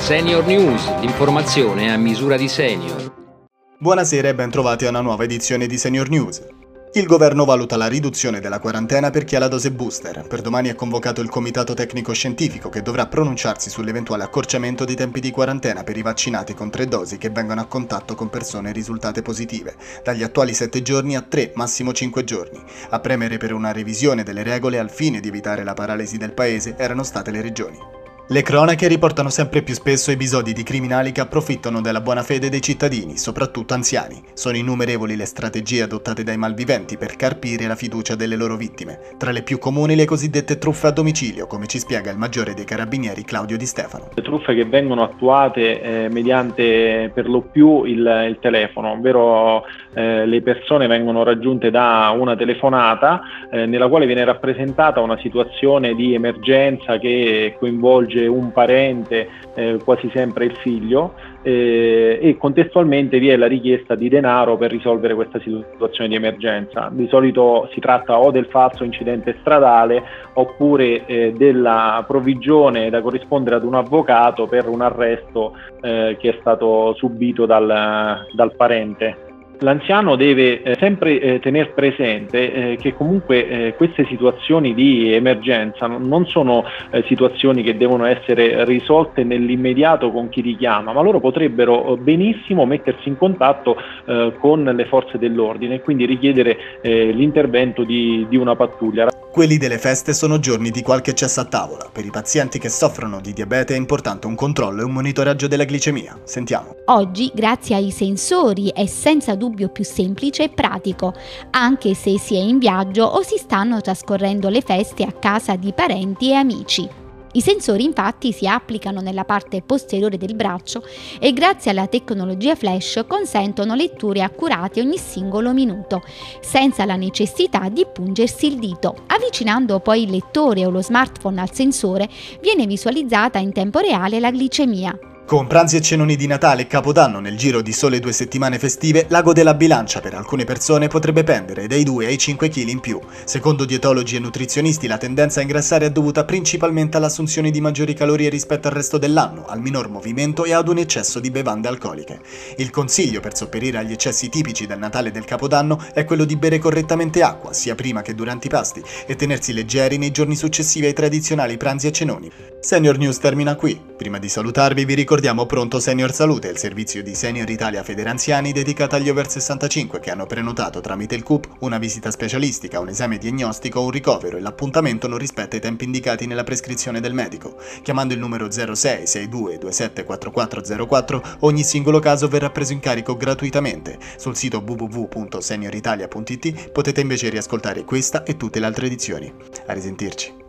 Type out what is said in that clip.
Senior News, l'informazione a misura di senior. Buonasera e ben trovati a una nuova edizione di Senior News. Il governo valuta la riduzione della quarantena per chi ha la dose booster. Per domani è convocato il comitato tecnico-scientifico che dovrà pronunciarsi sull'eventuale accorciamento dei tempi di quarantena per i vaccinati con 3 dosi che vengono a contatto con persone risultate positive, dagli attuali 7 giorni a 3, massimo 5 giorni. A premere per una revisione delle regole al fine di evitare la paralisi del paese erano state le regioni. Le cronache riportano sempre più spesso episodi di criminali che approfittano della buona fede dei cittadini, soprattutto anziani. Sono innumerevoli le strategie adottate dai malviventi per carpire la fiducia delle loro vittime. Tra le più comuni le cosiddette truffe a domicilio, come ci spiega il maggiore dei carabinieri Claudio Di Stefano. Le truffe che vengono attuate mediante per lo più il telefono, ovvero le persone vengono raggiunte da una telefonata nella quale viene rappresentata una situazione di emergenza che coinvolge un parente, quasi sempre il figlio, e contestualmente vi è la richiesta di denaro per risolvere questa situazione di emergenza. Di solito si tratta o del falso incidente stradale oppure della provvigione da corrispondere ad un avvocato per un arresto che è stato subito dal parente. L'anziano deve sempre tener presente che comunque queste situazioni di emergenza non sono situazioni che devono essere risolte nell'immediato con chi richiama, ma loro potrebbero benissimo mettersi in contatto con le forze dell'ordine e quindi richiedere l'intervento di una pattuglia. Quelli delle feste sono giorni di qualche cesso a tavola. Per i pazienti che soffrono di diabete è importante un controllo e un monitoraggio della glicemia. Sentiamo. Oggi, grazie ai sensori, è senza dubbio più semplice e pratico, anche se si è in viaggio o si stanno trascorrendo le feste a casa di parenti e amici. I sensori infatti si applicano nella parte posteriore del braccio e grazie alla tecnologia flash consentono letture accurate ogni singolo minuto, senza la necessità di pungersi il dito. Avvicinando poi il lettore o lo smartphone al sensore viene visualizzata in tempo reale la glicemia. Con pranzi e cenoni di Natale e Capodanno nel giro di sole 2 settimane festive, l'ago della bilancia per alcune persone potrebbe pendere dai 2 ai 5 kg in più. Secondo dietologi e nutrizionisti, la tendenza a ingrassare è dovuta principalmente all'assunzione di maggiori calorie rispetto al resto dell'anno, al minor movimento e ad un eccesso di bevande alcoliche. Il consiglio per sopperire agli eccessi tipici del Natale e del Capodanno è quello di bere correttamente acqua, sia prima che durante i pasti, e tenersi leggeri nei giorni successivi ai tradizionali pranzi e cenoni. Senior News termina qui. Prima di salutarvi vi ricordiamo Pronto Senior Salute, il servizio di Senior Italia Federanziani dedicato agli over 65 che hanno prenotato tramite il CUP una visita specialistica, un esame diagnostico o un ricovero e l'appuntamento non rispetta i tempi indicati nella prescrizione del medico. Chiamando il numero 06 62 27 4404 ogni singolo caso verrà preso in carico gratuitamente. Sul sito www.senioritalia.it potete invece riascoltare questa e tutte le altre edizioni. A risentirci.